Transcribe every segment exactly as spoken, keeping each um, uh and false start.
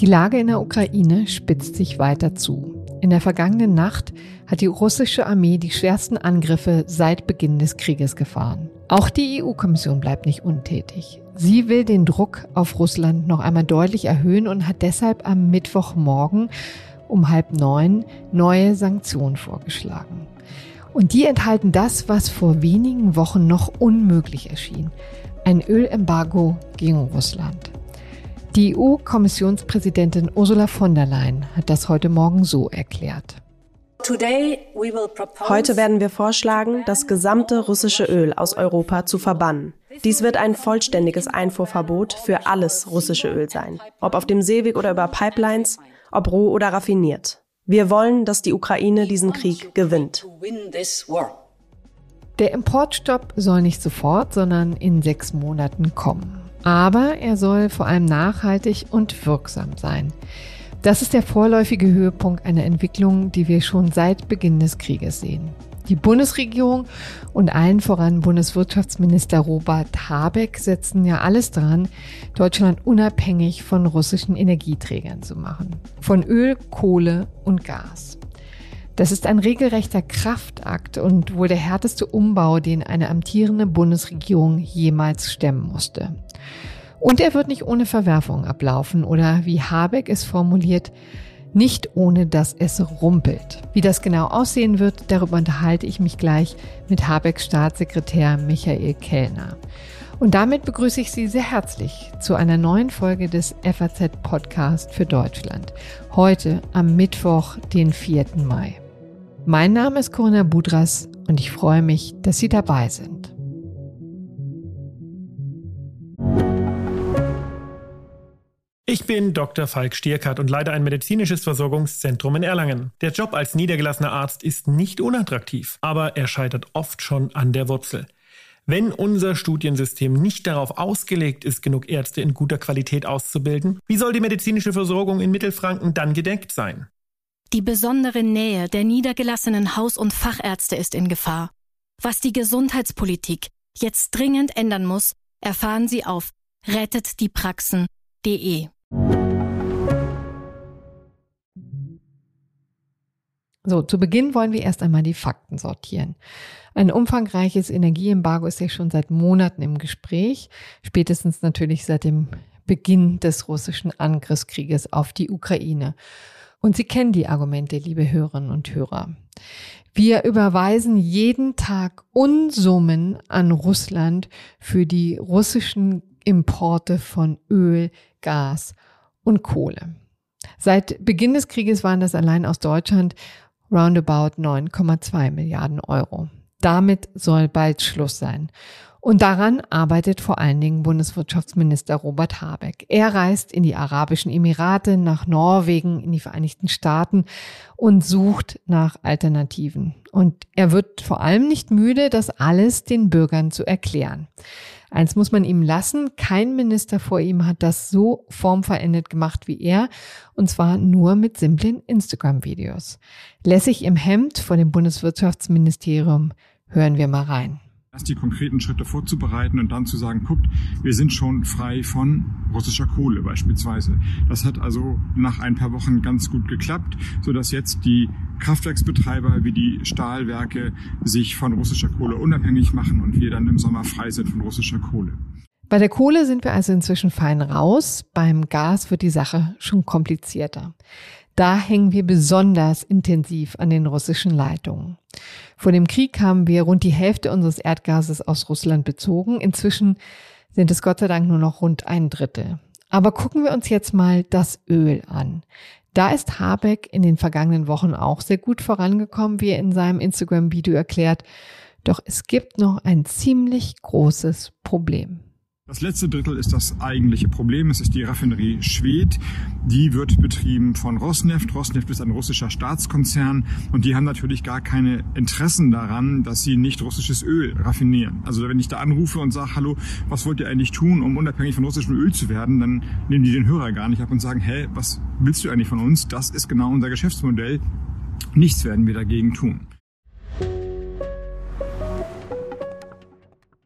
Die Lage in der Ukraine spitzt sich weiter zu. In der vergangenen Nacht hat die russische Armee die schwersten Angriffe seit Beginn des Krieges gefahren. Auch die E U-Kommission bleibt nicht untätig. Sie will den Druck auf Russland noch einmal deutlich erhöhen und hat deshalb am Mittwochmorgen um halb neun neue Sanktionen vorgeschlagen. Und die enthalten das, was vor wenigen Wochen noch unmöglich erschien: ein Ölembargo gegen Russland. Die E U-Kommissionspräsidentin Ursula von der Leyen hat das heute Morgen so erklärt. Heute werden wir vorschlagen, das gesamte russische Öl aus Europa zu verbannen. Dies wird ein vollständiges Einfuhrverbot für alles russische Öl sein, ob auf dem Seeweg oder über Pipelines, ob roh oder raffiniert. Wir wollen, dass die Ukraine diesen Krieg gewinnt. Der Importstopp soll nicht sofort, sondern in sechs Monaten kommen. Aber er soll vor allem nachhaltig und wirksam sein. Das ist der vorläufige Höhepunkt einer Entwicklung, die wir schon seit Beginn des Krieges sehen. Die Bundesregierung und allen voran Bundeswirtschaftsminister Robert Habeck setzen ja alles dran, Deutschland unabhängig von russischen Energieträgern zu machen. Von Öl, Kohle und Gas. Das ist ein regelrechter Kraftakt und wohl der härteste Umbau, den eine amtierende Bundesregierung jemals stemmen musste. Und er wird nicht ohne Verwerfung ablaufen oder, wie Habeck es formuliert, nicht ohne dass es rumpelt. Wie das genau aussehen wird, darüber unterhalte ich mich gleich mit Habecks Staatssekretär Michael Kellner. Und damit begrüße ich Sie sehr herzlich zu einer neuen Folge des F A Z-Podcast für Deutschland. Heute am Mittwoch, den vierten Mai. Mein Name ist Corinna Budras und ich freue mich, dass Sie dabei sind. Ich bin Doktor Falk Stierkart und leite ein medizinisches Versorgungszentrum in Erlangen. Der Job als niedergelassener Arzt ist nicht unattraktiv, aber er scheitert oft schon an der Wurzel. Wenn unser Studiensystem nicht darauf ausgelegt ist, genug Ärzte in guter Qualität auszubilden, wie soll die medizinische Versorgung in Mittelfranken dann gedeckt sein? Die besondere Nähe der niedergelassenen Haus- und Fachärzte ist in Gefahr. Was die Gesundheitspolitik jetzt dringend ändern muss, erfahren Sie auf rettet die praxen punkt de. So, zu Beginn wollen wir erst einmal die Fakten sortieren. Ein umfangreiches Energieembargo ist ja schon seit Monaten im Gespräch, spätestens natürlich seit dem Beginn des russischen Angriffskrieges auf die Ukraine. Und Sie kennen die Argumente, liebe Hörerinnen und Hörer. Wir überweisen jeden Tag Unsummen an Russland für die russischen Importe von Öl, Gas und Kohle. Seit Beginn des Krieges waren das allein aus Deutschland roundabout neun Komma zwei Milliarden Euro. Damit soll bald Schluss sein. Und daran arbeitet vor allen Dingen Bundeswirtschaftsminister Robert Habeck. Er reist in die Arabischen Emirate, nach Norwegen, in die Vereinigten Staaten und sucht nach Alternativen. Und er wird vor allem nicht müde, das alles den Bürgern zu erklären. Eins muss man ihm lassen, kein Minister vor ihm hat das so formverendet gemacht wie er, und zwar nur mit simplen Instagram-Videos. Lässig im Hemd vor dem Bundeswirtschaftsministerium, hören wir mal rein. Erst die konkreten Schritte vorzubereiten und dann zu sagen, guckt, wir sind schon frei von russischer Kohle beispielsweise. Das hat also nach ein paar Wochen ganz gut geklappt, sodass jetzt die Kraftwerksbetreiber wie die Stahlwerke sich von russischer Kohle unabhängig machen und wir dann im Sommer frei sind von russischer Kohle. Bei der Kohle sind wir also inzwischen fein raus. Beim Gas wird die Sache schon komplizierter. Da hängen wir besonders intensiv an den russischen Leitungen. Vor dem Krieg haben wir rund die Hälfte unseres Erdgases aus Russland bezogen. Inzwischen sind es Gott sei Dank nur noch rund ein Drittel. Aber gucken wir uns jetzt mal das Öl an. Da ist Habeck in den vergangenen Wochen auch sehr gut vorangekommen, wie er in seinem Instagram-Video erklärt. Doch es gibt noch ein ziemlich großes Problem. Das letzte Drittel ist das eigentliche Problem. Es ist die Raffinerie Schwedt. Die wird betrieben von Rosneft. Rosneft ist ein russischer Staatskonzern und die haben natürlich gar keine Interessen daran, dass sie nicht russisches Öl raffinieren. Also wenn ich da anrufe und sage, hallo, was wollt ihr eigentlich tun, um unabhängig von russischem Öl zu werden, dann nehmen die den Hörer gar nicht ab und sagen, hä, was willst du eigentlich von uns? Das ist genau unser Geschäftsmodell. Nichts werden wir dagegen tun.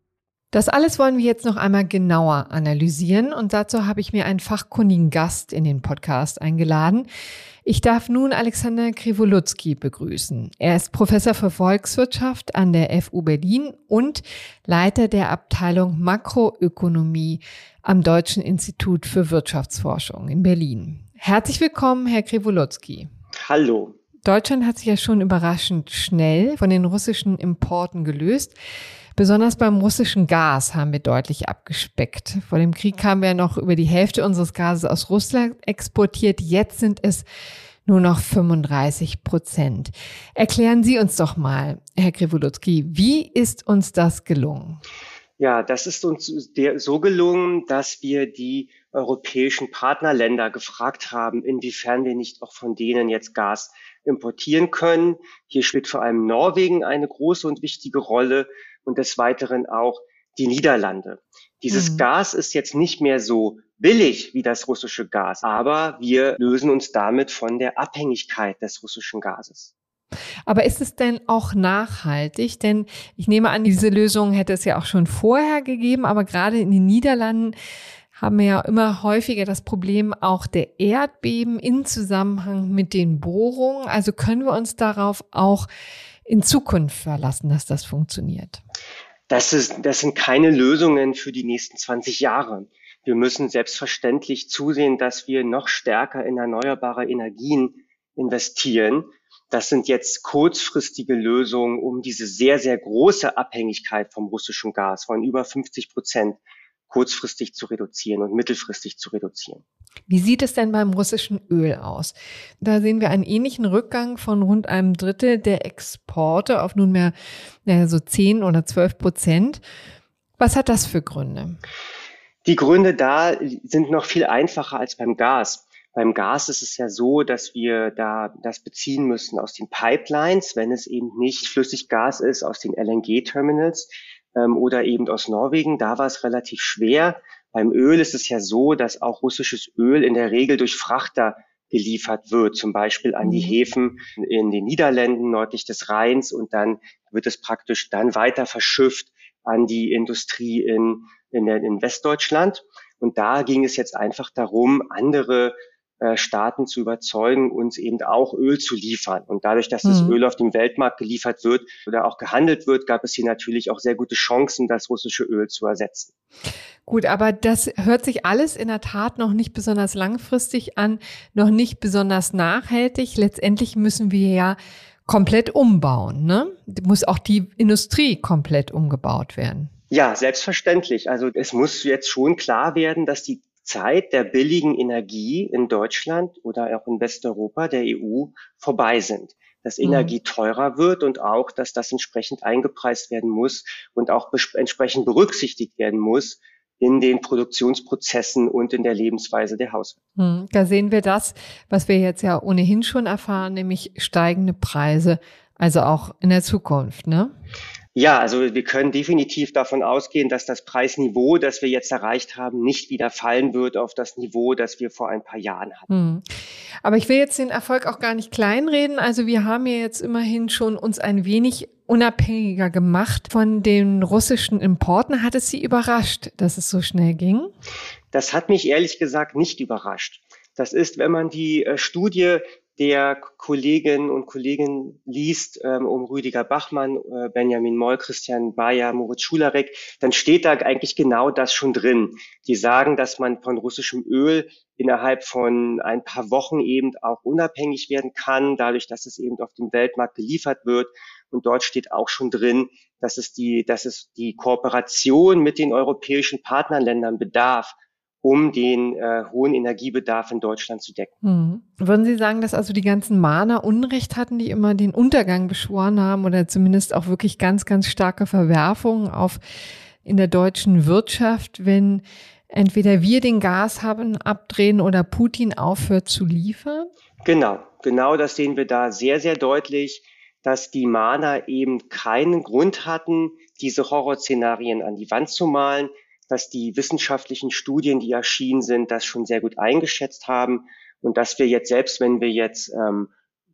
Das alles wollen wir jetzt noch einmal genauer analysieren und dazu habe ich mir einen fachkundigen Gast in den Podcast eingeladen. Ich darf nun Alexander Krivolutsky begrüßen. Er ist Professor für Volkswirtschaft an der F U Berlin und Leiter der Abteilung Makroökonomie am Deutschen Institut für Wirtschaftsforschung in Berlin. Herzlich willkommen, Herr Krivolutsky. Hallo. Deutschland hat sich ja schon überraschend schnell von den russischen Importen gelöst. Besonders beim russischen Gas haben wir deutlich abgespeckt. Vor dem Krieg haben wir noch über die Hälfte unseres Gases aus Russland exportiert. Jetzt sind es nur noch fünfunddreißig Prozent. Erklären Sie uns doch mal, Herr Krivolutsky, wie ist uns das gelungen? Ja, das ist uns so gelungen, dass wir die europäischen Partnerländer gefragt haben, inwiefern wir nicht auch von denen jetzt Gas importieren können. Hier spielt vor allem Norwegen eine große und wichtige Rolle und des Weiteren auch die Niederlande. Dieses mhm. Gas ist jetzt nicht mehr so billig wie das russische Gas, aber wir lösen uns damit von der Abhängigkeit des russischen Gases. Aber ist es denn auch nachhaltig? Denn ich nehme an, diese Lösung hätte es ja auch schon vorher gegeben, aber gerade in den Niederlanden haben wir ja immer häufiger das Problem auch der Erdbeben in Zusammenhang mit den Bohrungen. Also können wir uns darauf auch in Zukunft verlassen, dass das funktioniert? Das ist, das sind keine Lösungen für die nächsten zwanzig Jahre. Wir müssen selbstverständlich zusehen, dass wir noch stärker in erneuerbare Energien investieren. Das sind jetzt kurzfristige Lösungen, um diese sehr, sehr große Abhängigkeit vom russischen Gas von über fünfzig Prozent kurzfristig zu reduzieren und mittelfristig zu reduzieren. Wie sieht es denn beim russischen Öl aus? Da sehen wir einen ähnlichen Rückgang von rund einem Drittel der Exporte auf nunmehr naja, so zehn oder zwölf Prozent. Was hat das für Gründe? Die Gründe da sind noch viel einfacher als beim Gas. Beim Gas ist es ja so, dass wir da das beziehen müssen aus den Pipelines, wenn es eben nicht Flüssiggas ist, aus den L N G-Terminals ähm, oder eben aus Norwegen. Da war es relativ schwer. Beim Öl ist es ja so, dass auch russisches Öl in der Regel durch Frachter geliefert wird, zum Beispiel an die Häfen in den Niederlanden nördlich des Rheins und dann wird es praktisch dann weiter verschifft an die Industrie in, in, der, in Westdeutschland. Und da ging es jetzt einfach darum, andere Staaten zu überzeugen, uns eben auch Öl zu liefern. Und dadurch, dass das mhm. Öl auf dem Weltmarkt geliefert wird oder auch gehandelt wird, gab es hier natürlich auch sehr gute Chancen, das russische Öl zu ersetzen. Gut, aber das hört sich alles in der Tat noch nicht besonders langfristig an, noch nicht besonders nachhaltig. Letztendlich müssen wir ja komplett umbauen, ne? Muss auch die Industrie komplett umgebaut werden. Ja, selbstverständlich. Also es muss jetzt schon klar werden, dass die Zeit der billigen Energie in Deutschland oder auch in Westeuropa, der E U, vorbei sind. Dass Energie teurer wird und auch, dass das entsprechend eingepreist werden muss und auch bes- entsprechend berücksichtigt werden muss in den Produktionsprozessen und in der Lebensweise der Haushalte. Da sehen wir das, was wir jetzt ja ohnehin schon erfahren, nämlich steigende Preise, also auch in der Zukunft, ne? Ja, also wir können definitiv davon ausgehen, dass das Preisniveau, das wir jetzt erreicht haben, nicht wieder fallen wird auf das Niveau, das wir vor ein paar Jahren hatten. Hm. Aber ich will jetzt den Erfolg auch gar nicht kleinreden. Also wir haben ja jetzt immerhin schon uns ein wenig unabhängiger gemacht von den russischen Importen. Hat es Sie überrascht, dass es so schnell ging? Das hat mich ehrlich gesagt nicht überrascht. Das ist, wenn man die äh, Studie der Kolleginnen und Kollegen liest, ähm, um Rüdiger Bachmann, äh, Benjamin Moll, Christian Bayer, Moritz Schularek, dann steht da eigentlich genau das schon drin. Die sagen, dass man von russischem Öl innerhalb von ein paar Wochen eben auch unabhängig werden kann, dadurch, dass es eben auf dem Weltmarkt geliefert wird. Und dort steht auch schon drin, dass es die, dass es die Kooperation mit den europäischen Partnerländern bedarf, um den äh, hohen Energiebedarf in Deutschland zu decken. Hm. Würden Sie sagen, dass also die ganzen Mahner Unrecht hatten, die immer den Untergang beschworen haben oder zumindest auch wirklich ganz, ganz starke Verwerfungen auf in der deutschen Wirtschaft, wenn entweder wir den Gas haben abdrehen oder Putin aufhört zu liefern? Genau, genau das sehen wir da sehr, sehr deutlich, dass die Mahner eben keinen Grund hatten, diese Horrorszenarien an die Wand zu malen, dass die wissenschaftlichen Studien, die erschienen sind, das schon sehr gut eingeschätzt haben und dass wir jetzt, selbst wenn wir jetzt ähm,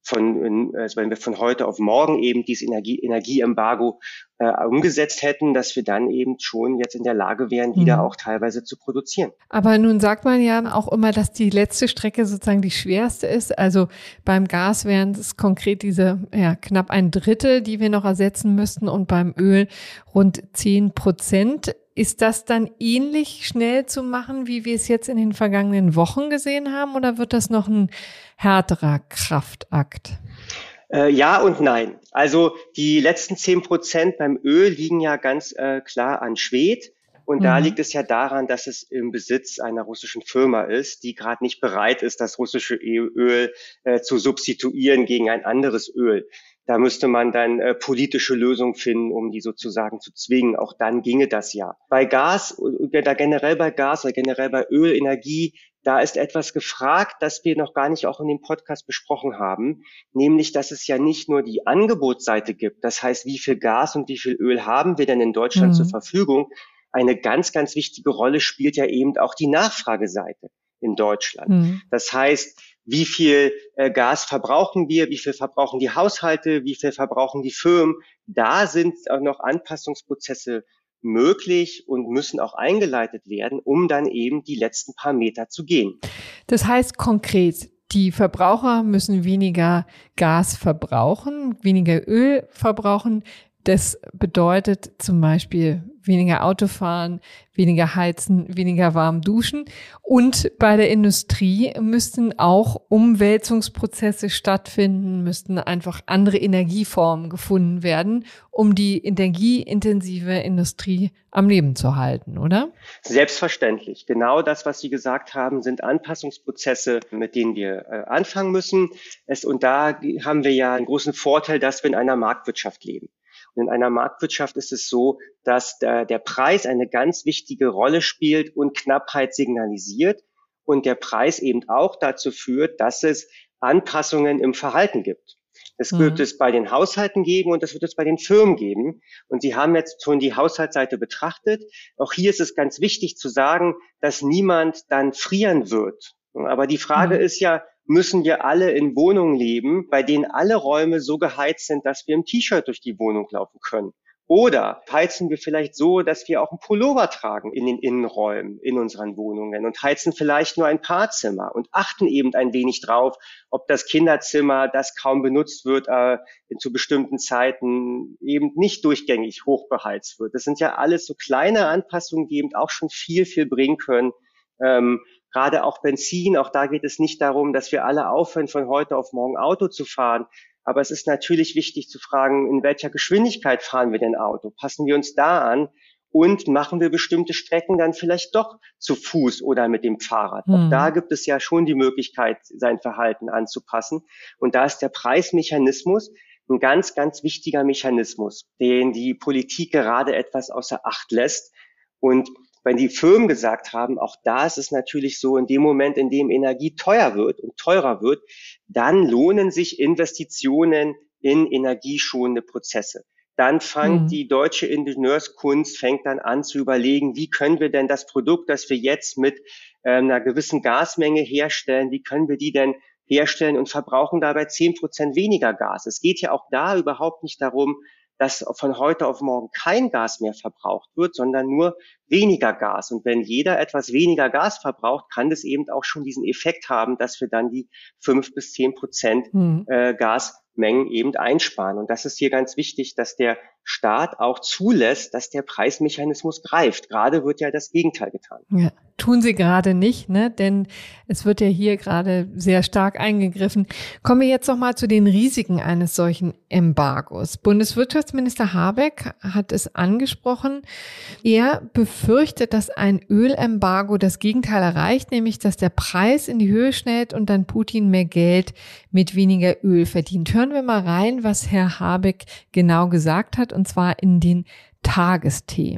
von, also wenn wir von heute auf morgen eben dieses Energie, Energieembargo äh, umgesetzt hätten, dass wir dann eben schon jetzt in der Lage wären, wieder mhm. auch teilweise zu produzieren. Aber nun sagt man ja auch immer, dass die letzte Strecke sozusagen die schwerste ist. Also beim Gas wären es konkret diese ja, knapp ein Drittel, die wir noch ersetzen müssten, und beim Öl rund zehn Prozent. Ist das dann ähnlich schnell zu machen, wie wir es jetzt in den vergangenen Wochen gesehen haben, oder wird das noch ein härterer Kraftakt? Äh, ja und nein. Also die letzten zehn Prozent beim Öl liegen ja ganz äh, klar an Schwed. Und mhm. da liegt es ja daran, dass es im Besitz einer russischen Firma ist, die gerade nicht bereit ist, das russische Öl äh, zu substituieren gegen ein anderes Öl. Da müsste man dann äh, politische Lösungen finden, um die sozusagen zu zwingen. Auch dann ginge das ja. Bei Gas, da generell bei Gas oder generell bei Öl, Energie, da ist etwas gefragt, das wir noch gar nicht auch in dem Podcast besprochen haben, nämlich, dass es ja nicht nur die Angebotsseite gibt. Das heißt, wie viel Gas und wie viel Öl haben wir denn in Deutschland mhm. zur Verfügung? Eine ganz, ganz wichtige Rolle spielt ja eben auch die Nachfrageseite in Deutschland. Mhm. Das heißt, wie viel äh, Gas verbrauchen wir, wie viel verbrauchen die Haushalte, wie viel verbrauchen die Firmen. Da sind auch noch Anpassungsprozesse möglich und müssen auch eingeleitet werden, um dann eben die letzten paar Meter zu gehen. Das heißt konkret, die Verbraucher müssen weniger Gas verbrauchen, weniger Öl verbrauchen. Das bedeutet zum Beispiel weniger Autofahren, weniger heizen, weniger warm duschen. Und bei der Industrie müssten auch Umwälzungsprozesse stattfinden, müssten einfach andere Energieformen gefunden werden, um die energieintensive Industrie am Leben zu halten, oder? Selbstverständlich. Genau das, was Sie gesagt haben, sind Anpassungsprozesse, mit denen wir äh, anfangen müssen. Es, und da haben wir ja einen großen Vorteil, dass wir in einer Marktwirtschaft leben. Und in einer Marktwirtschaft ist es so, dass der, der Preis eine ganz wichtige Rolle spielt und Knappheit signalisiert und der Preis eben auch dazu führt, dass es Anpassungen im Verhalten gibt. Das mhm. wird es bei den Haushalten geben und das wird es bei den Firmen geben. Und Sie haben jetzt schon die Haushaltsseite betrachtet. Auch hier ist es ganz wichtig zu sagen, dass niemand dann frieren wird. Aber die Frage mhm. ist ja, müssen wir alle in Wohnungen leben, bei denen alle Räume so geheizt sind, dass wir im T-Shirt durch die Wohnung laufen können? Oder heizen wir vielleicht so, dass wir auch einen Pullover tragen in den Innenräumen, in unseren Wohnungen und heizen vielleicht nur ein paar Zimmer und achten eben ein wenig drauf, ob das Kinderzimmer, das kaum benutzt wird, äh, zu bestimmten Zeiten eben nicht durchgängig hochbeheizt wird. Das sind ja alles so kleine Anpassungen, die eben auch schon viel, viel bringen können. Ähm, Gerade auch Benzin, auch da geht es nicht darum, dass wir alle aufhören, von heute auf morgen Auto zu fahren. Aber es ist natürlich wichtig zu fragen, in welcher Geschwindigkeit fahren wir denn Auto? Passen wir uns da an? Und machen wir bestimmte Strecken dann vielleicht doch zu Fuß oder mit dem Fahrrad? Mhm. Auch da gibt es ja schon die Möglichkeit, sein Verhalten anzupassen. Und da ist der Preismechanismus ein ganz, ganz wichtiger Mechanismus, den die Politik gerade etwas außer Acht lässt. Und wenn die Firmen gesagt haben, auch da ist es natürlich so, in dem Moment, in dem Energie teuer wird und teurer wird, dann lohnen sich Investitionen in energieschonende Prozesse. Dann fängt mhm. die deutsche Ingenieurskunst fängt dann an zu überlegen, wie können wir denn das Produkt, das wir jetzt mit äh, einer gewissen Gasmenge herstellen, wie können wir die denn herstellen und verbrauchen dabei zehn Prozent weniger Gas. Es geht ja auch da überhaupt nicht darum, dass von heute auf morgen kein Gas mehr verbraucht wird, sondern nur weniger Gas. Und wenn jeder etwas weniger Gas verbraucht, kann das eben auch schon diesen Effekt haben, dass wir dann die fünf bis zehn Prozent mhm. äh, Gasmengen eben einsparen. Und das ist hier ganz wichtig, dass der Staat auch zulässt, dass der Preismechanismus greift. Gerade wird ja das Gegenteil getan. Ja, tun sie gerade nicht, ne? Denn es wird ja hier gerade sehr stark eingegriffen. Kommen wir jetzt noch mal zu den Risiken eines solchen Embargos. Bundeswirtschaftsminister Habeck hat es angesprochen. Er befürchtet, dass ein Ölembargo das Gegenteil erreicht, nämlich dass der Preis in die Höhe schnellt und dann Putin mehr Geld mit weniger Öl verdient. Hören wir mal rein, was Herr Habeck genau gesagt hat, und zwar in den Tagesthemen.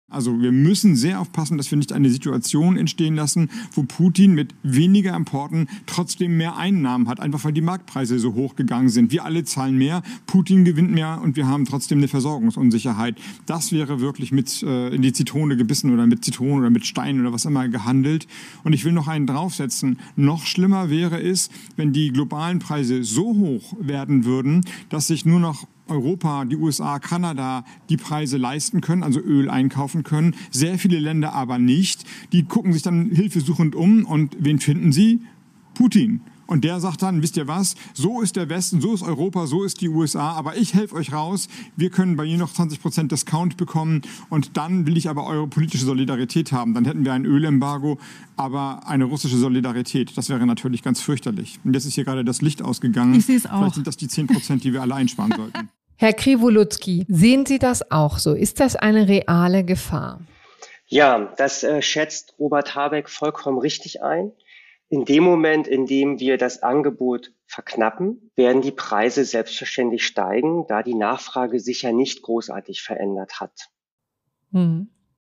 Also wir müssen sehr aufpassen, dass wir nicht eine Situation entstehen lassen, wo Putin mit weniger Importen trotzdem mehr Einnahmen hat, einfach weil die Marktpreise so hoch gegangen sind. Wir alle zahlen mehr, Putin gewinnt mehr und wir haben trotzdem eine Versorgungsunsicherheit. Das wäre wirklich mit äh, in die Zitrone gebissen oder mit Zitronen oder mit Steinen oder was immer gehandelt. Und ich will noch einen draufsetzen. Noch schlimmer wäre es, wenn die globalen Preise so hoch werden würden, dass sich nur noch Europa, die U S A, Kanada die Preise leisten können, also Öl einkaufen können. Sehr viele Länder aber nicht. Die gucken sich dann hilfesuchend um und wen finden sie? Putin. Und der sagt dann, wisst ihr was, so ist der Westen, so ist Europa, so ist die U S A, aber ich helfe euch raus, wir können bei ihr noch zwanzig Prozent Discount bekommen und dann will ich aber eure politische Solidarität haben. Dann hätten wir ein Ölembargo, aber eine russische Solidarität. Das wäre natürlich ganz fürchterlich. Und jetzt ist hier gerade das Licht ausgegangen. Ich sehe es auch. Vielleicht sind das die zehn Prozent, die wir alle einsparen sollten. Herr Krivolutsky, sehen Sie das auch so? Ist das eine reale Gefahr? Ja, das äh, schätzt Robert Habeck vollkommen richtig ein. In dem Moment, in dem wir das Angebot verknappen, werden die Preise selbstverständlich steigen, da die Nachfrage sich ja nicht großartig verändert hat. Hm.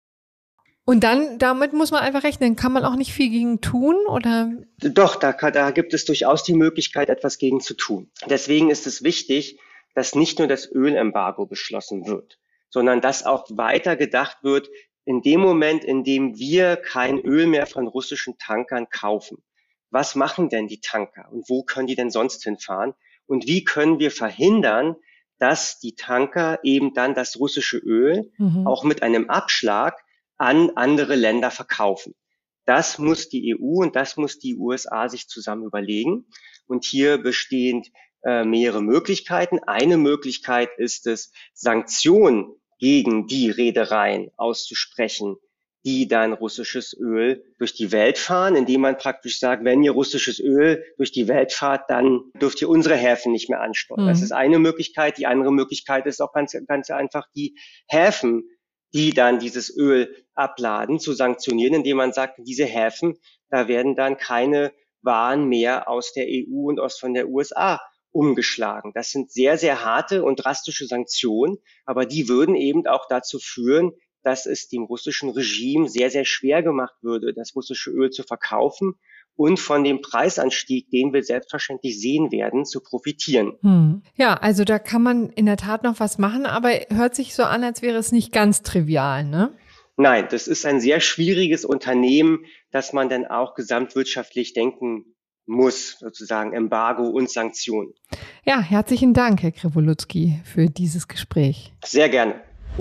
Und dann, damit muss man einfach rechnen. Kann man auch nicht viel gegen tun, oder? Doch, da, da gibt es durchaus die Möglichkeit, etwas gegen zu tun. Deswegen ist es wichtig, dass nicht nur das Ölembargo beschlossen wird, sondern dass auch weiter gedacht wird, in dem Moment, in dem wir kein Öl mehr von russischen Tankern kaufen. Was machen denn die Tanker und wo können die denn sonst hinfahren? Und wie können wir verhindern, dass die Tanker eben dann das russische Öl mhm. auch mit einem Abschlag an andere Länder verkaufen? Das muss die E U und das muss die U S A sich zusammen überlegen. Und hier bestehen äh, mehrere Möglichkeiten. Eine Möglichkeit ist es, Sanktionen gegen die Reedereien auszusprechen, die dann russisches Öl durch die Welt fahren, indem man praktisch sagt, wenn ihr russisches Öl durch die Welt fahrt, dann dürft ihr unsere Häfen nicht mehr ansteuern. Mhm. Das ist eine Möglichkeit. Die andere Möglichkeit ist auch ganz, ganz einfach, die Häfen, die dann dieses Öl abladen, zu sanktionieren, indem man sagt, diese Häfen, da werden dann keine Waren mehr aus der E U und aus von der U S A umgeschlagen. Das sind sehr, sehr harte und drastische Sanktionen, aber die würden eben auch dazu führen, dass es dem russischen Regime sehr, sehr schwer gemacht würde, das russische Öl zu verkaufen und von dem Preisanstieg, den wir selbstverständlich sehen werden, zu profitieren. Hm. Ja, also da kann man in der Tat noch was machen, aber hört sich so an, als wäre es nicht ganz trivial, ne? Nein, das ist ein sehr schwieriges Unternehmen, dass man dann auch gesamtwirtschaftlich denken muss, sozusagen Embargo und Sanktionen. Ja, herzlichen Dank, Herr Krivolutsky, für dieses Gespräch. Sehr gerne.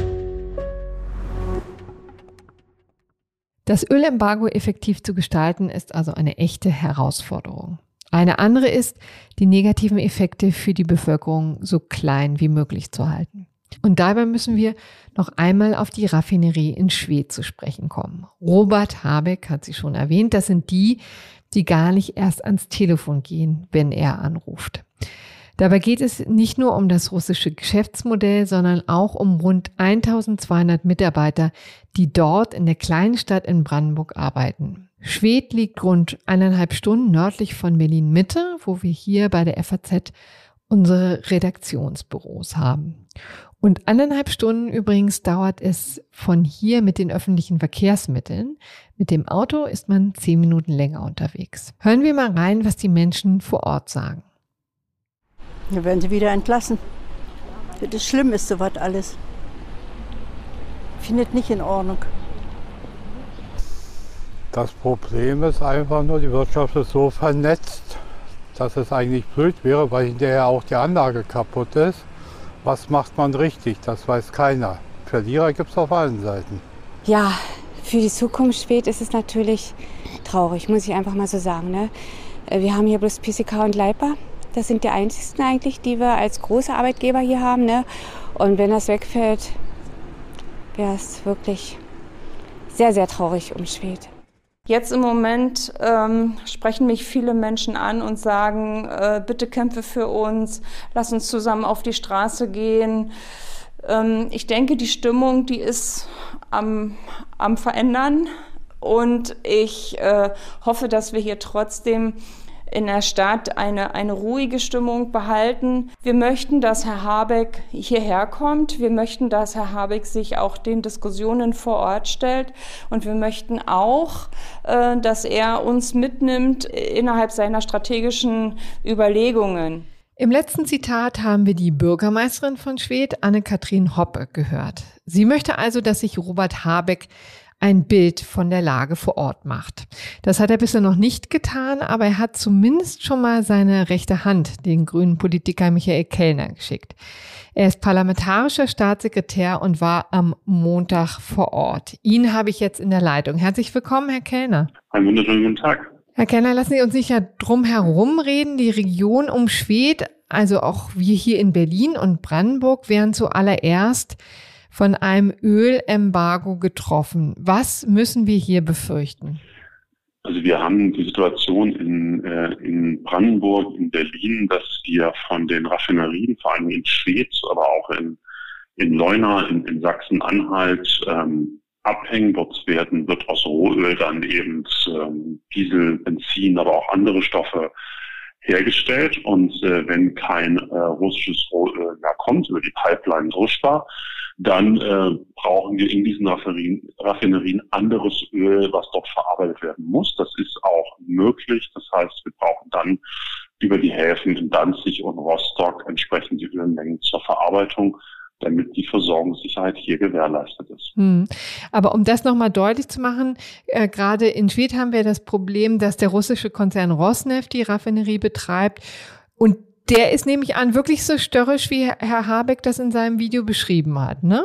Das Ölembargo effektiv zu gestalten, ist also eine echte Herausforderung. Eine andere ist, die negativen Effekte für die Bevölkerung so klein wie möglich zu halten. Und dabei müssen wir noch einmal auf die Raffinerie in Schwedt zu sprechen kommen. Robert Habeck hat sie schon erwähnt, das sind die, die gar nicht erst ans Telefon gehen, wenn er anruft. Dabei geht es nicht nur um das russische Geschäftsmodell, sondern auch um rund eintausendzweihundert Mitarbeiter, die dort in der kleinen Stadt in Brandenburg arbeiten. Schwedt liegt rund eineinhalb Stunden nördlich von Berlin-Mitte, wo wir hier bei der F A Z unsere Redaktionsbüros haben. Und eineinhalb Stunden übrigens dauert es von hier mit den öffentlichen Verkehrsmitteln. Mit dem Auto ist man zehn Minuten länger unterwegs. Hören wir mal rein, was die Menschen vor Ort sagen. Wir werden sie wieder entlassen. Das schlimm ist sowas alles. Findet nicht in Ordnung. Das Problem ist einfach nur, die Wirtschaft ist so vernetzt, dass es eigentlich blöd wäre, weil hinterher auch die Anlage kaputt ist. Was macht man richtig? Das weiß keiner. Verlierer gibt es auf allen Seiten. Ja, für die Zukunft Schwedt ist es natürlich traurig, muss ich einfach mal so sagen. Ne? Wir haben hier bloß P C K und Leipa. Das sind die einzigsten eigentlich, die wir als große Arbeitgeber hier haben. Ne? Und wenn das wegfällt, wäre es wirklich sehr, sehr traurig um Schwedt. Jetzt im Moment ähm, sprechen mich viele Menschen an und sagen, äh, bitte kämpfe für uns, lass uns zusammen auf die Straße gehen. Ähm, ich denke, die Stimmung, die ist am, am Verändern und ich äh, hoffe, dass wir hier trotzdem in der Stadt eine, eine ruhige Stimmung behalten. Wir möchten, dass Herr Habeck hierher kommt. Wir möchten, dass Herr Habeck sich auch den Diskussionen vor Ort stellt. Und wir möchten auch, äh, dass er uns mitnimmt innerhalb seiner strategischen Überlegungen. Im letzten Zitat haben wir die Bürgermeisterin von Schwedt, Anne-Kathrin Hoppe, gehört. Sie möchte also, dass sich Robert Habeck ein Bild von der Lage vor Ort macht. Das hat er bisher noch nicht getan, aber er hat zumindest schon mal seine rechte Hand, den grünen Politiker Michael Kellner, geschickt. Er ist parlamentarischer Staatssekretär und war am Montag vor Ort. Ihn habe ich jetzt in der Leitung. Herzlich willkommen, Herr Kellner. Einen wunderschönen guten Tag. Herr Kellner, lassen Sie uns nicht ja drum herum reden. Die Region um Schwedt, also auch wir hier in Berlin und Brandenburg, wären zuallererst von einem Ölembargo getroffen. Was müssen wir hier befürchten? Also wir haben die Situation in, äh, in Brandenburg, in Berlin, dass wir von den Raffinerien, vor allem in Schwedt, aber auch in, in Leuna, in, in Sachsen-Anhalt, ähm, abhängen. Dort werden, wird aus Rohöl dann eben ähm, Diesel, Benzin, aber auch andere Stoffe hergestellt. Und äh, wenn kein äh, russisches Rohöl mehr kommt, über die Pipeline Druschba, dann äh, brauchen wir in diesen Raffinerien, Raffinerien anderes Öl, was dort verarbeitet werden muss. Das ist auch möglich. Das heißt, wir brauchen dann über die Häfen in Danzig und Rostock entsprechende Ölmengen zur Verarbeitung, damit die Versorgungssicherheit hier gewährleistet ist. Hm. Aber um das nochmal deutlich zu machen, äh, gerade in Schwedt haben wir das Problem, dass der russische Konzern Rosneft die Raffinerie betreibt. Und der ist, nehme ich an, wirklich so störrisch, wie Herr Habeck das in seinem Video beschrieben hat, ne?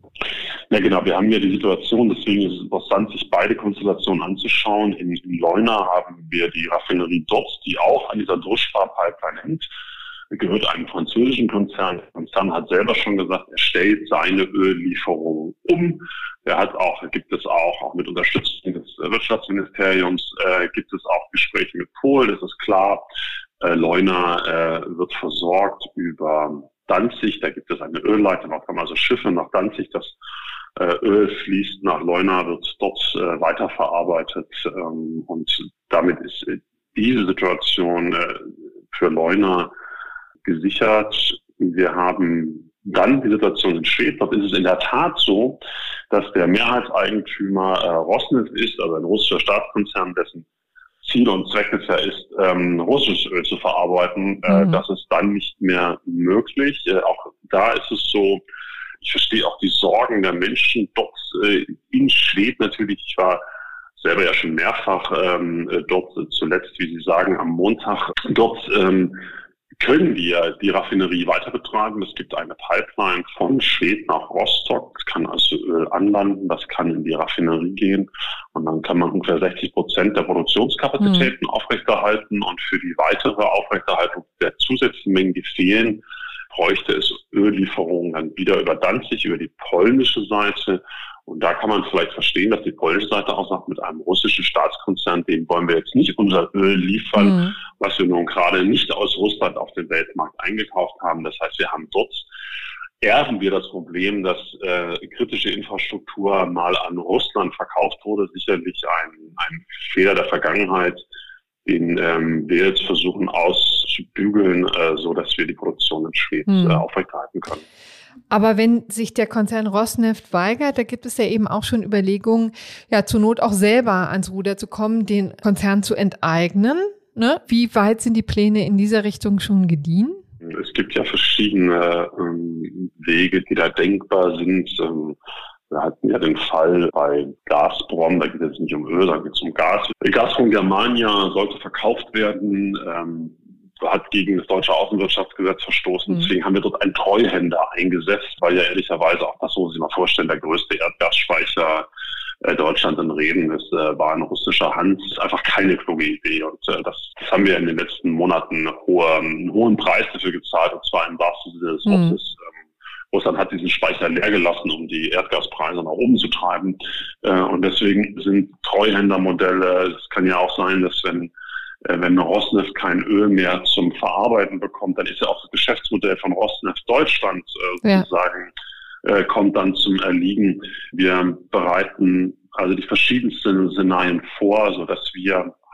Ja, genau. Wir haben ja die Situation, deswegen ist es interessant, sich beide Konstellationen anzuschauen. In, in Leuna haben wir die Raffinerie dort, die auch an dieser Druschba-Pipeline hängt. Gehört einem französischen Konzern. Der Konzern hat selber schon gesagt, er stellt seine Öllieferungen um. Er hat auch, gibt es auch, auch mit Unterstützung des Wirtschaftsministeriums, äh, gibt es auch Gespräche mit Polen, das ist klar. Äh, Leuna äh, wird versorgt über Danzig, da gibt es eine Ölleitung, auch also Schiffe nach Danzig, das äh, Öl fließt nach Leuna, wird dort äh, weiterverarbeitet ähm, und damit ist äh, diese Situation äh, für Leuna gesichert. Wir haben dann die Situation in Schwedt. Dort ist es in der Tat so, dass der Mehrheitseigentümer äh, Rosneft ist, also ein russischer Staatskonzern, dessen Ziel und Zweck es ja ist, ähm, russisches Öl zu verarbeiten. Äh, mhm. Das ist dann nicht mehr möglich. Äh, auch da ist es so, ich verstehe auch die Sorgen der Menschen dort äh, in Schwedt natürlich. Ich war selber ja schon mehrfach ähm, dort, äh, zuletzt, wie Sie sagen, am Montag dort. Ähm, können wir die Raffinerie weiter betreiben. Es gibt eine Pipeline von Schwedt nach Rostock. Es kann also Öl anlanden, das kann in die Raffinerie gehen und dann kann man ungefähr sechzig Prozent der Produktionskapazitäten mhm. aufrechterhalten und für die weitere Aufrechterhaltung der zusätzlichen Mengen, die fehlen, bräuchte es Öllieferungen dann wieder über Danzig, über die polnische Seite. Und da kann man vielleicht verstehen, dass die polnische Seite auch sagt, mit einem russischen Staatskonzern, dem wollen wir jetzt nicht unser Öl liefern, mhm. was wir nun gerade nicht aus Russland auf den Weltmarkt eingekauft haben. Das heißt, wir haben dort, erben wir das Problem, dass äh, kritische Infrastruktur mal an Russland verkauft wurde. Sicherlich ein, ein Fehler der Vergangenheit, den ähm, wir jetzt versuchen auszubügeln, äh, so dass wir die Produktion in Schwedt mhm. äh, aufrechterhalten können. Aber wenn sich der Konzern Rosneft weigert, da gibt es ja eben auch schon Überlegungen, ja zur Not auch selber ans Ruder zu kommen, den Konzern zu enteignen. Ne? Wie weit sind die Pläne in dieser Richtung schon gediehen? Es gibt ja verschiedene ähm, Wege, die da denkbar sind. Ähm, wir hatten ja den Fall bei Gazprom, da geht es nicht um Öl, da geht es um Gas. Gazprom Germania sollte verkauft werden. Ähm, hat gegen das deutsche Außenwirtschaftsgesetz verstoßen. Mhm. Deswegen haben wir dort einen Treuhänder eingesetzt, weil ja ehrlicherweise auch das, muss ich mal vorstellen, der größte Erdgasspeicher äh, Deutschlands in Reden ist, äh, war in russischer Hand. Das ist einfach keine kluge Idee. Und äh, das, das haben wir in den letzten Monaten hohe, einen hohen Preis dafür gezahlt, und zwar im wahrsten Sinne des Wortes. Mhm. Ähm, Russland hat diesen Speicher leer gelassen, um die Erdgaspreise nach oben zu treiben. Äh, und deswegen sind Treuhändermodelle, es kann ja auch sein, dass wenn Wenn Rosneft kein Öl mehr zum Verarbeiten bekommt, dann ist ja auch das Geschäftsmodell von Rosneft Deutschland äh, sozusagen, ja. äh, kommt dann zum Erliegen. Wir bereiten also die verschiedensten Szenarien vor, so dass wir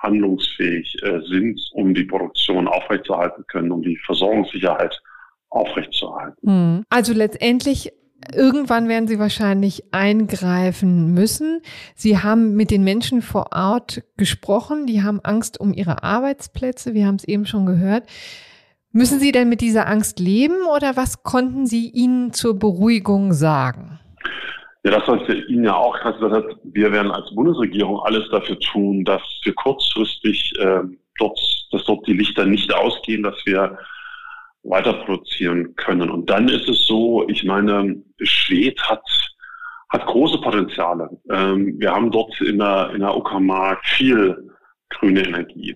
handlungsfähig äh, sind, um die Produktion aufrechtzuerhalten können, um die Versorgungssicherheit aufrechtzuerhalten. Also letztendlich, irgendwann werden Sie wahrscheinlich eingreifen müssen. Sie haben mit den Menschen vor Ort gesprochen, die haben Angst um ihre Arbeitsplätze, wir haben es eben schon gehört. Müssen Sie denn mit dieser Angst leben oder was konnten Sie ihnen zur Beruhigung sagen? Ja, das, was wir Ihnen ja auch gesagt hat, wir werden als Bundesregierung alles dafür tun, dass wir kurzfristig äh, dort, dass dort die Lichter nicht ausgehen, dass wir weiter produzieren können. Und dann ist es so, ich meine, Schwedt hat hat große Potenziale. Ähm, wir haben dort in der, in der Uckermark viel grüne Energie.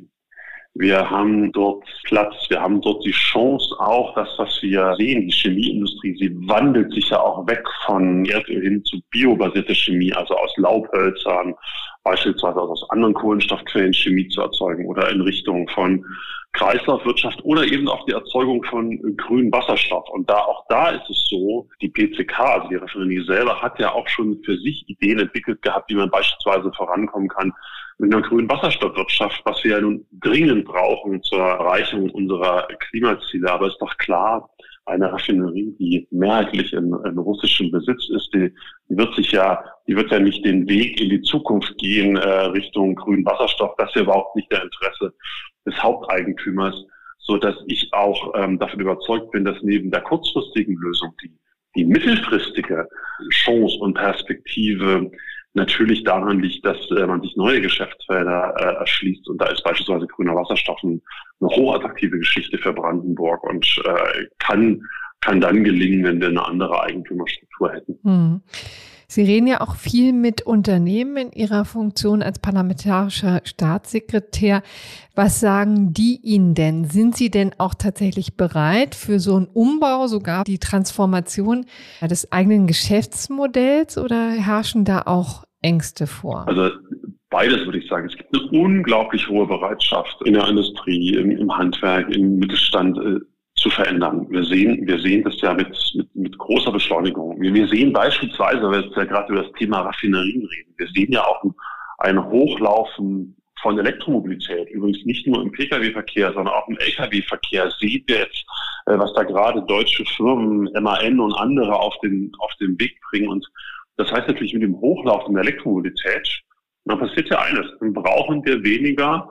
Wir haben dort Platz, wir haben dort die Chance auch, das, was wir sehen, die Chemieindustrie, sie wandelt sich ja auch weg von Erdöl hin zu biobasierter Chemie, also aus Laubhölzern, beispielsweise aus anderen Kohlenstoffquellen Chemie zu erzeugen oder in Richtung von Kreislaufwirtschaft oder eben auch die Erzeugung von grünem Wasserstoff. Und da auch da ist es so, die P C K, also die Raffinerie selber, hat ja auch schon für sich Ideen entwickelt gehabt, wie man beispielsweise vorankommen kann mit einer grünen Wasserstoffwirtschaft, was wir ja nun dringend brauchen zur Erreichung unserer Klimaziele. Aber ist doch klar, eine Raffinerie, die mehrheitlich in, in russischem Besitz ist, die, die wird sich ja, die wird ja nicht den Weg in die Zukunft gehen äh, Richtung grünen Wasserstoff. Das ist ja überhaupt nicht der Interesse des Haupteigentümers, so dass ich auch ähm, davon überzeugt bin, dass neben der kurzfristigen Lösung die, die mittelfristige Chance und Perspektive natürlich daran liegt, dass äh, man sich neue Geschäftsfelder äh, erschließt. Und da ist beispielsweise grüner Wasserstoff eine hochattraktive Geschichte für Brandenburg und äh, kann, kann dann gelingen, wenn wir eine andere Eigentümerstruktur hätten. Hm. Sie reden ja auch viel mit Unternehmen in Ihrer Funktion als parlamentarischer Staatssekretär. Was sagen die Ihnen denn? Sind Sie denn auch tatsächlich bereit für so einen Umbau, sogar die Transformation des eigenen Geschäftsmodells, oder herrschen da auch Ängste vor? Also beides würde ich sagen. Es gibt eine unglaublich hohe Bereitschaft in der Industrie, im, im Handwerk, im Mittelstand äh, zu verändern. Wir sehen, wir sehen das ja mit, mit, mit großer Beschleunigung. Wir, wir sehen beispielsweise, weil wir jetzt ja gerade über das Thema Raffinerien reden, wir sehen ja auch ein, ein Hochlaufen von Elektromobilität. Übrigens nicht nur im Pkw-Verkehr, sondern auch im Lkw-Verkehr. Sehen wir jetzt, äh, was da gerade deutsche Firmen, M A N und andere auf den, auf den Weg bringen. Und das heißt natürlich mit dem Hochlaufen der Elektromobilität, dann passiert ja eines. Dann brauchen wir weniger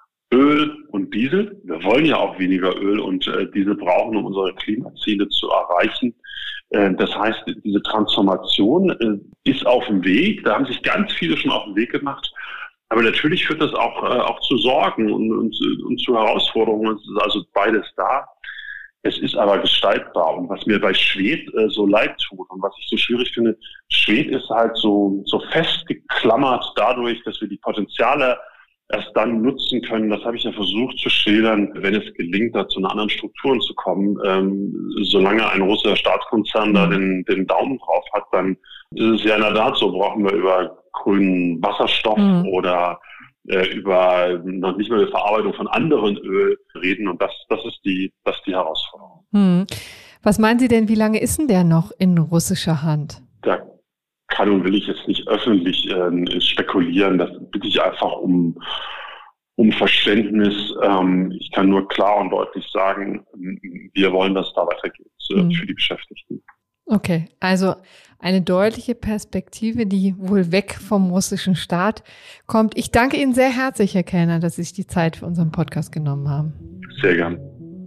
Öl und Diesel. Wir wollen ja auch weniger Öl und äh, Diesel brauchen, um unsere Klimaziele zu erreichen. Äh, das heißt, diese Transformation äh, ist auf dem Weg. Da haben sich ganz viele schon auf den Weg gemacht. Aber natürlich führt das auch, äh, auch zu Sorgen und, und, und zu Herausforderungen. Es ist also beides da. Es ist aber gestaltbar. Und was mir bei Schwedt äh, so leid tut und was ich so schwierig finde, Schwedt ist halt so, so festgeklammert dadurch, dass wir die Potenziale erst dann nutzen können. Das habe ich ja versucht zu schildern, wenn es gelingt, da zu einer anderen Strukturen zu kommen. Ähm, solange ein russischer Staatskonzern da den, den Daumen drauf hat, dann ist es ja in der Tat so, brauchen wir über grünen Wasserstoff mhm. oder äh, über noch nicht mehr die Verarbeitung von anderen Öl reden. Und das, das ist die, das ist die Herausforderung. Mhm. Was meinen Sie denn, wie lange ist denn der noch in russischer Hand? Da kann und will ich jetzt nicht öffentlich äh, spekulieren. Das bitte ich einfach um, um Verständnis. Ähm, ich kann nur klar und deutlich sagen, wir wollen, dass es da weitergeht äh, mhm. für die Beschäftigten. Okay, also eine deutliche Perspektive, die wohl weg vom russischen Staat kommt. Ich danke Ihnen sehr herzlich, Herr Kellner, dass Sie sich die Zeit für unseren Podcast genommen haben. Sehr gern.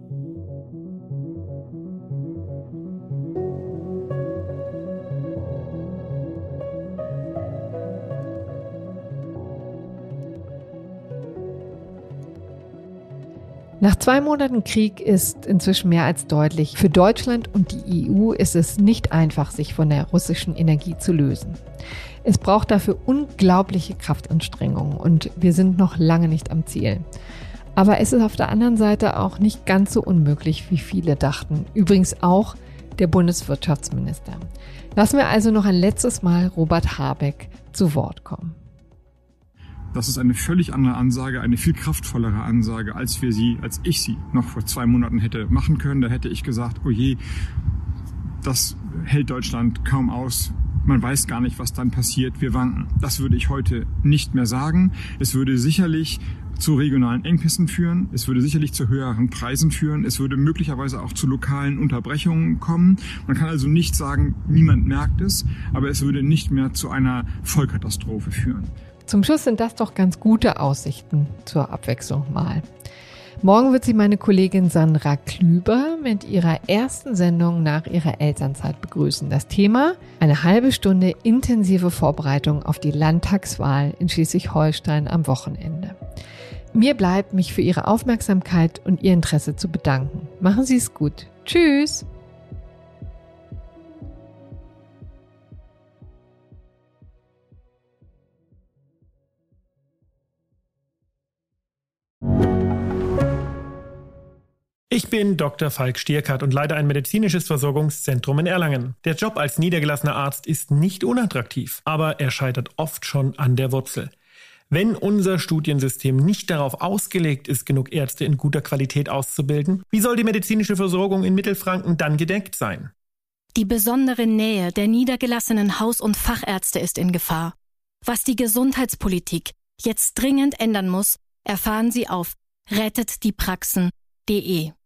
Nach zwei Monaten Krieg ist inzwischen mehr als deutlich, für Deutschland und die E U ist es nicht einfach, sich von der russischen Energie zu lösen. Es braucht dafür unglaubliche Kraftanstrengungen und wir sind noch lange nicht am Ziel. Aber es ist auf der anderen Seite auch nicht ganz so unmöglich, wie viele dachten. Übrigens auch der Bundeswirtschaftsminister. Lassen wir also noch ein letztes Mal Robert Habeck zu Wort kommen. Das ist eine völlig andere Ansage, eine viel kraftvollere Ansage, als wir sie, als ich sie noch vor zwei Monaten hätte machen können. Da hätte ich gesagt, oh je, das hält Deutschland kaum aus. man weiß gar nicht, was dann passiert, wir wanken. Das würde ich heute nicht mehr sagen. Es würde sicherlich zu regionalen Engpässen führen. Es würde sicherlich zu höheren Preisen führen. Es würde möglicherweise auch zu lokalen Unterbrechungen kommen. Man kann also nicht sagen, niemand merkt es, aber es würde nicht mehr zu einer Vollkatastrophe führen. Zum Schluss sind das doch ganz gute Aussichten zur Abwechslung mal. Morgen wird Sie meine Kollegin Sandra Klüber mit ihrer ersten Sendung nach ihrer Elternzeit begrüßen. Das Thema: eine halbe Stunde intensive Vorbereitung auf die Landtagswahl in Schleswig-Holstein am Wochenende. Mir bleibt, mich für Ihre Aufmerksamkeit und Ihr Interesse zu bedanken. Machen Sie es gut. Tschüss! Ich bin Doktor Falk Stierkart und leite ein medizinisches Versorgungszentrum in Erlangen. Der Job als niedergelassener Arzt ist nicht unattraktiv, aber er scheitert oft schon an der Wurzel. Wenn unser Studiensystem nicht darauf ausgelegt ist, genug Ärzte in guter Qualität auszubilden, wie soll die medizinische Versorgung in Mittelfranken dann gedeckt sein? Die besondere Nähe der niedergelassenen Haus- und Fachärzte ist in Gefahr. Was die Gesundheitspolitik jetzt dringend ändern muss, erfahren Sie auf rettet die praxen punkt de.